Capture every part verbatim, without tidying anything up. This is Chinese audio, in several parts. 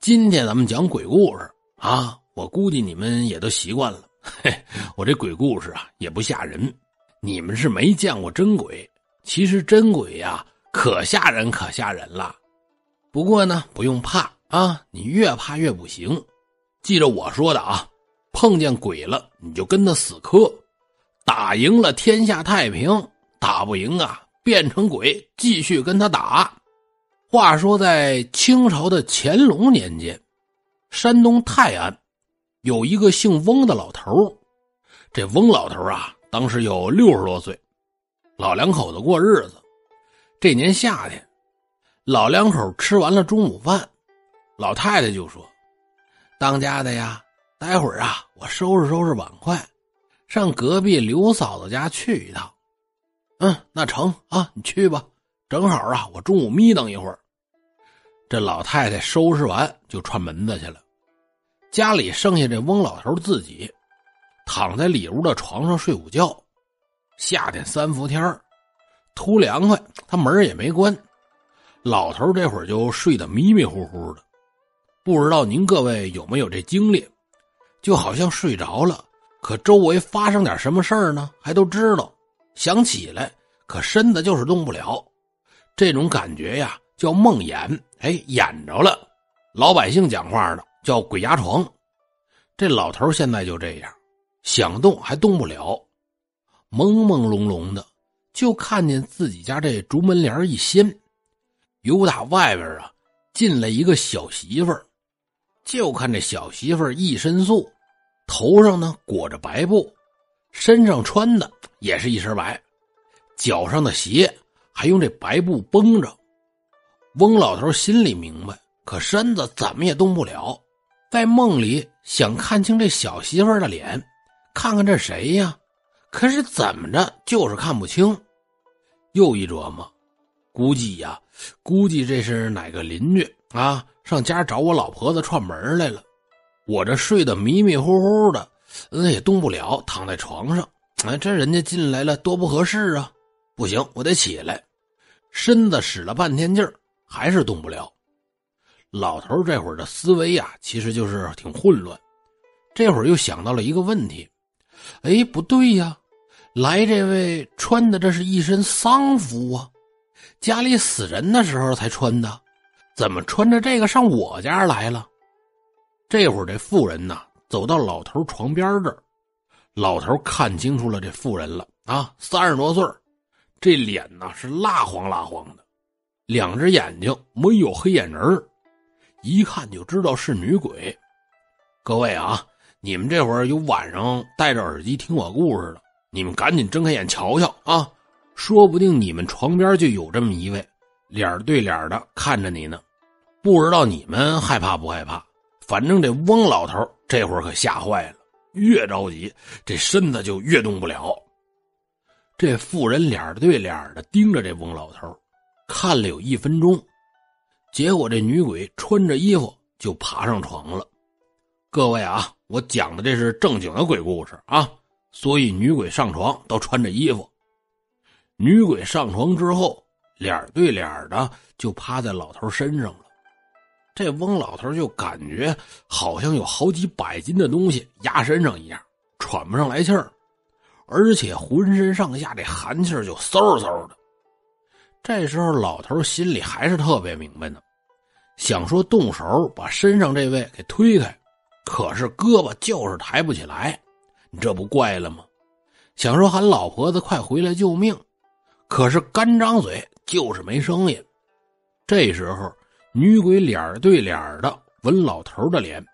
今天咱们讲鬼故事啊，我估计你们也都习惯了。嘿，我这鬼故事啊也不吓人，你们是没见过真鬼，其实真鬼呀可吓人可吓人了。不过呢不用怕啊，你越怕越不行。记着我说的啊，碰见鬼了你就跟他死磕，打赢了天下太平，打不赢啊变成鬼继续跟他打。话说在清朝的乾隆年间，山东泰安有一个姓翁的老头。这翁老头啊当时有六十多岁，老两口子过日子。这年夏天，老两口吃完了中午饭，老太太就说：当家的呀，待会儿啊我收拾收拾碗筷，上隔壁刘嫂子家去一趟。嗯，那成啊，你去吧，正好啊我中午眯瞪一会儿。这老太太收拾完就串门子去了。家里剩下这翁老头自己躺在里屋的床上睡午觉。夏天三伏天突凉快，他门也没关，老头这会儿就睡得迷迷糊糊的。不知道您各位有没有这经历，就好像睡着了，可周围发生点什么事儿呢还都知道，想起来可身子就是动不了。这种感觉呀叫梦魇，哎，演着了。老百姓讲话的叫鬼压床。这老头现在就这样，想动还动不了，朦朦胧胧的就看见自己家这竹门帘一掀，由打外边啊进来一个小媳妇儿。就看这小媳妇儿一身素，头上呢裹着白布，身上穿的也是一身白，脚上的鞋还用这白布绷着。翁老头心里明白，可身子怎么也动不了，在梦里想看清这小媳妇儿的脸，看看这谁呀，可是怎么着就是看不清。又一琢磨，估计呀估计这是哪个邻居啊上家找我老婆子串门来了，我这睡得迷迷糊糊的，嗯也动不了，躺在床上，哎，这人家进来了多不合适啊，不行，我得起来。身子使了半天劲儿还是动不了。老头这会儿的思维啊其实就是挺混乱。这会儿又想到了一个问题，哎，不对呀，来这位穿的这是一身丧服啊，家里死人的时候才穿的，怎么穿着这个上我家来了？这会儿这妇人呐走到老头床边这儿，老头看清楚了这妇人了啊，三十多岁，这脸呐是蜡黄蜡黄的，两只眼睛没有黑眼仁儿，一看就知道是女鬼。各位啊，你们这会儿有晚上戴着耳机听我故事的，你们赶紧睁开眼瞧瞧啊，说不定你们床边就有这么一位，脸对脸的看着你呢。不知道你们害怕不害怕，反正这翁老头这会儿可吓坏了，越着急这身子就越动不了。这妇人脸对脸的盯着这翁老头看了有一分钟，结果这女鬼穿着衣服就爬上床了。各位啊，我讲的这是正经的鬼故事啊，所以女鬼上床都穿着衣服。女鬼上床之后，脸对脸的就趴在老头身上了。这翁老头就感觉好像有好几百斤的东西压身上一样，喘不上来气儿，而且浑身上下这寒气儿就嗖嗖的。这时候老头心里还是特别明白呢，想说动手把身上这位给推开，可是胳膊就是抬不起来，你这不怪了吗？想说喊老婆子快回来救命，可是干张嘴就是没声音。这时候女鬼脸对脸的闻老头的脸，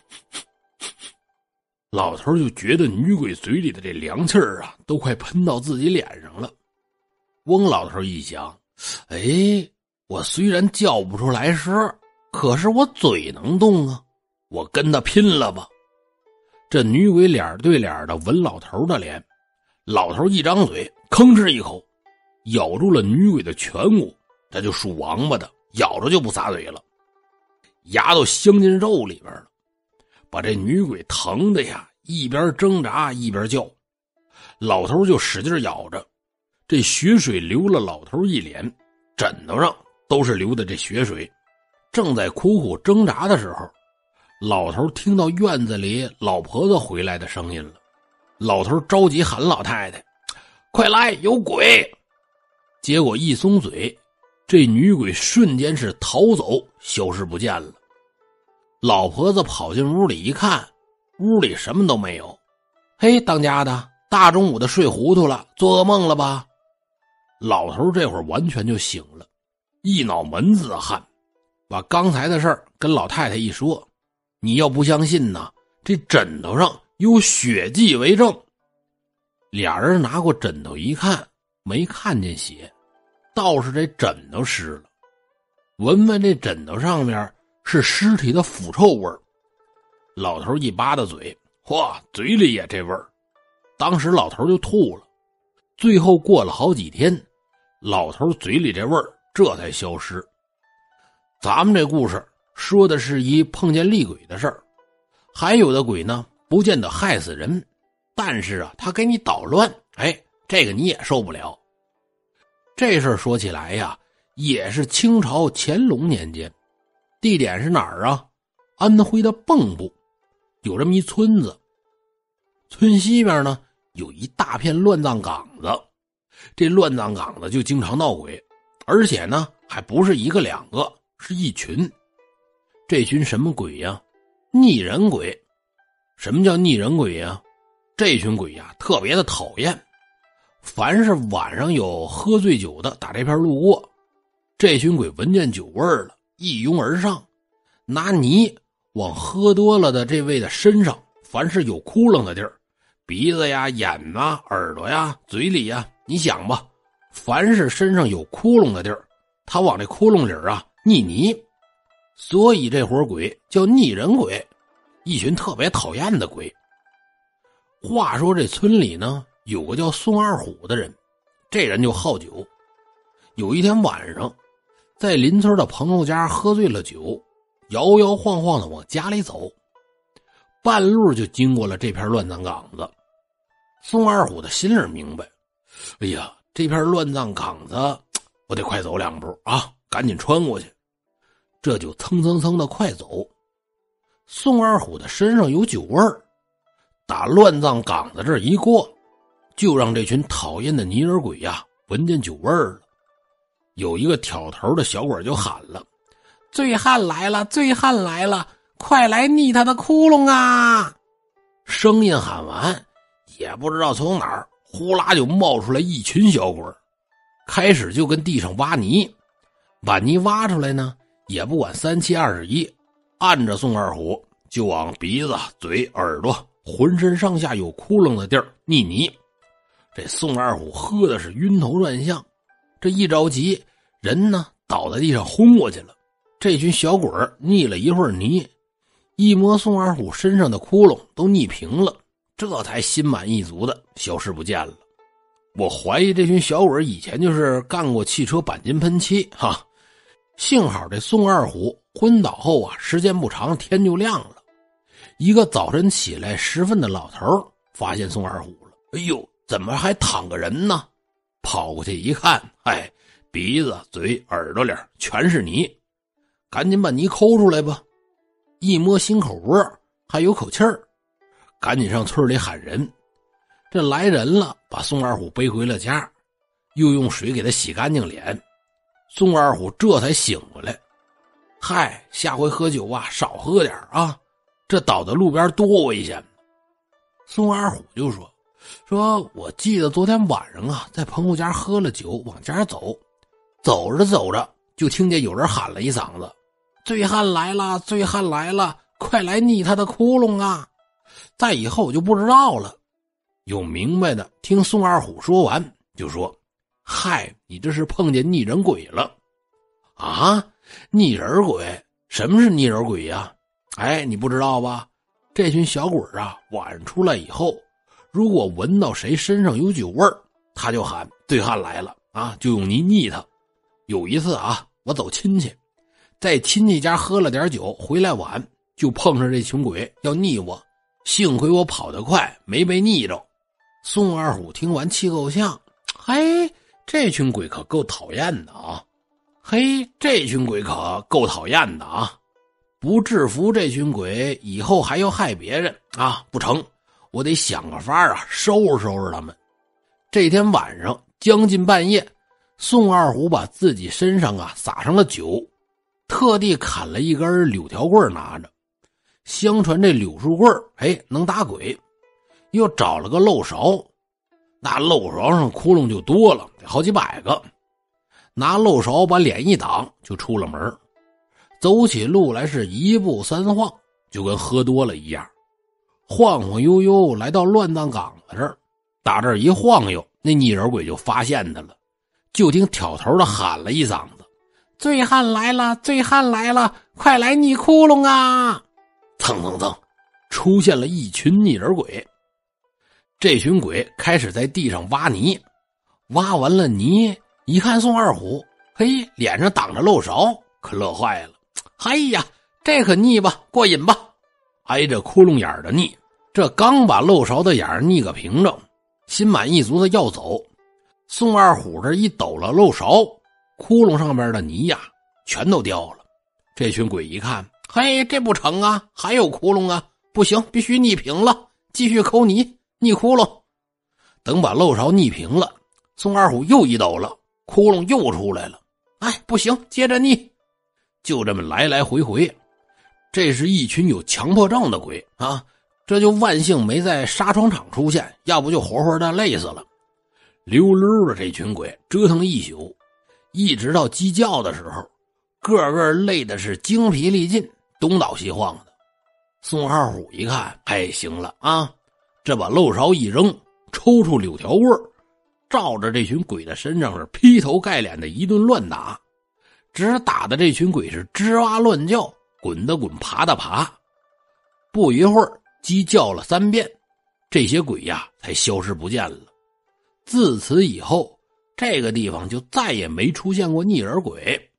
老头就觉得女鬼嘴里的这凉气儿啊都快喷到自己脸上了。翁老头一想，哎，我虽然叫不出来声，可是我嘴能动啊，我跟他拼了吧。这女鬼脸对脸的闻老头的脸，老头一张嘴吭哧一口咬住了女鬼的颧骨，这就属王八的，咬着就不撒嘴了，牙都镶进肉里边了，把这女鬼疼的呀一边挣扎一边叫。老头就使劲咬着，这血水流了老头一脸，枕头上都是流的这血水。 正在苦苦挣扎的时候，老头听到院子里老婆子回来的声音了。老头着急喊老太太：“快来，有鬼！”结果一松嘴，这女鬼瞬间是逃走，消失不见了。老婆子跑进屋里一看，屋里什么都没有。嘿，当家的，大中午的睡糊涂了，做噩梦了吧？老头这会儿完全就醒了，一脑门子的汗，把刚才的事儿跟老太太一说。你要不相信呢，这枕头上有血迹为证。俩人拿过枕头一看，没看见血，倒是这枕头湿了。闻闻这枕头上面是尸体的腐臭味儿。老头一扒的嘴，嚯，嘴里也这味儿。当时老头就吐了。最后过了好几天，老头嘴里这味儿这才消失。咱们这故事说的是一碰见厉鬼的事儿，还有的鬼呢不见得害死人，但是啊他给你捣乱，哎，这个你也受不了。这事儿说起来呀，也是清朝乾隆年间，地点是哪儿啊？安徽的蚌埠，有这么一村子，村西边呢有一大片乱葬岗子，这乱葬岗子就经常闹鬼，而且呢还不是一个两个，是一群。这群什么鬼呀？逆人鬼。什么叫逆人鬼呀？这群鬼呀特别的讨厌，凡是晚上有喝醉酒的打这片路过，这群鬼闻见酒味了，一拥而上，拿泥往喝多了的这位的身上，凡是有窟窿的地儿，鼻子呀、眼呐、耳朵呀、嘴里呀，你想吧，凡是身上有窟窿的地儿，他往这窟窿里啊溺泥。所以这伙鬼叫逆人鬼，一群特别讨厌的鬼。话说这村里呢有个叫宋二虎的人，这人就好酒。有一天晚上，在邻村的朋友家喝醉了酒，摇摇晃晃的往家里走，半路就经过了这片乱葬岗子。宋二虎的心里明白，哎呀，这片乱葬岗子我得快走两步啊，赶紧穿过去。这就蹭蹭蹭的快走。宋二虎的身上有酒味儿，打乱葬岗子这儿一过，就让这群讨厌的泥人鬼呀闻见酒味儿了。有一个挑头的小鬼就喊了：“醉汉来了，醉汉来了，快来逆他的窟窿啊！”声音喊完，也不知道从哪儿呼啦就冒出来一群小鬼，开始就跟地上挖泥，把泥挖出来呢也不管三七二十一，按着宋二虎就往鼻子、嘴、耳朵、浑身上下有窟窿的地儿溺泥。这宋二虎喝的是晕头转向，这一着急，人呢倒在地上昏过去了。这群小鬼溺了一会儿泥，一摸宋二虎身上的窟窿都溺平了，这才心满意足的消失不见了。我怀疑这群小鬼以前就是干过汽车钣金喷漆哈。幸好这宋二虎昏倒后啊，时间不长，天就亮了。一个早晨起来时分的老头发现宋二虎了，哎呦，怎么还躺个人呢？跑过去一看，哎，鼻子、嘴、耳朵里全是泥，赶紧把泥抠出来吧。一摸心口窝，还有口气儿，赶紧上村里喊人。这来人了，把宋二虎背回了家，又用水给他洗干净脸。宋二虎这才醒过来，嗨，下回喝酒啊少喝点啊，这倒在路边多危险。宋二虎就说说我记得昨天晚上啊在朋友家喝了酒，往家走，走着走着就听见有人喊了一嗓子：“醉汉来了，醉汉来了，快来逆他的窟窿啊！”再以后我就不知道了。有明白的听宋二虎说完就说：“嗨，你这是碰见逆人鬼了啊！逆人鬼？什么是逆人鬼呀？哎，你不知道吧？这群小鬼啊，晚上出来以后，如果闻到谁身上有酒味儿，他就喊醉汉来了啊，就用泥逆他。有一次啊，我走亲戚，在亲戚家喝了点酒，回来晚，就碰上这群鬼要逆我，幸亏我跑得快，没被逆着。”宋二虎听完气够呛，嘿，这群鬼可够讨厌的啊！ 嘿，这群鬼可够讨厌的啊！不制服这群鬼，以后还要害别人啊！不成，我得想个法啊，收拾收拾他们。这天晚上将近半夜，宋二虎把自己身上啊撒上了酒，特地砍了一根柳条棍拿着。相传这柳树棍哎能打鬼，又找了个漏勺，那漏勺上窟窿就多了，得好几百个。拿漏勺把脸一挡，就出了门。走起路来是一步三晃，就跟喝多了一样。晃晃悠悠来到乱葬岗子这儿，打这儿一晃悠，那逆人鬼就发现他了，就听挑头的喊了一嗓子：“醉汉来了，醉汉来了，快来逆窟窿啊！”蹭蹭蹭，出现了一群逆人鬼。这群鬼开始在地上挖泥，挖完了泥，一看宋二虎，嘿，脸上挡着漏勺，可乐坏了。哎呀，这可腻吧，过瘾吧，挨着窟窿眼的腻。这刚把漏勺的眼儿腻个平整，心满意足的要走，宋二虎这一抖了漏勺，窟窿上边的泥呀全都掉了。这群鬼一看，嘿，这不成啊，还有窟窿啊，不行，必须逆平了，继续抠泥逆窟窿。等把漏勺逆平了，宋二虎又一抖了，窟窿又出来了。哎，不行，接着逆。就这么来来回回，这是一群有强迫症的鬼啊！这就万幸没在纱窗场出现，要不就活活的累死了。溜溜的这群鬼折腾一宿，一直到鸡叫的时候，个个累的是精疲力尽，东倒西晃的。宋二虎一看，哎，行了啊，这把漏勺一扔，抽出柳条棍，照着这群鬼的身上是劈头盖脸的一顿乱打。只打的这群鬼是吱哇乱叫，滚的滚，爬的爬。不一会儿，鸡叫了三遍，这些鬼呀才消失不见了。自此以后，这个地方就再也没出现过逆人鬼。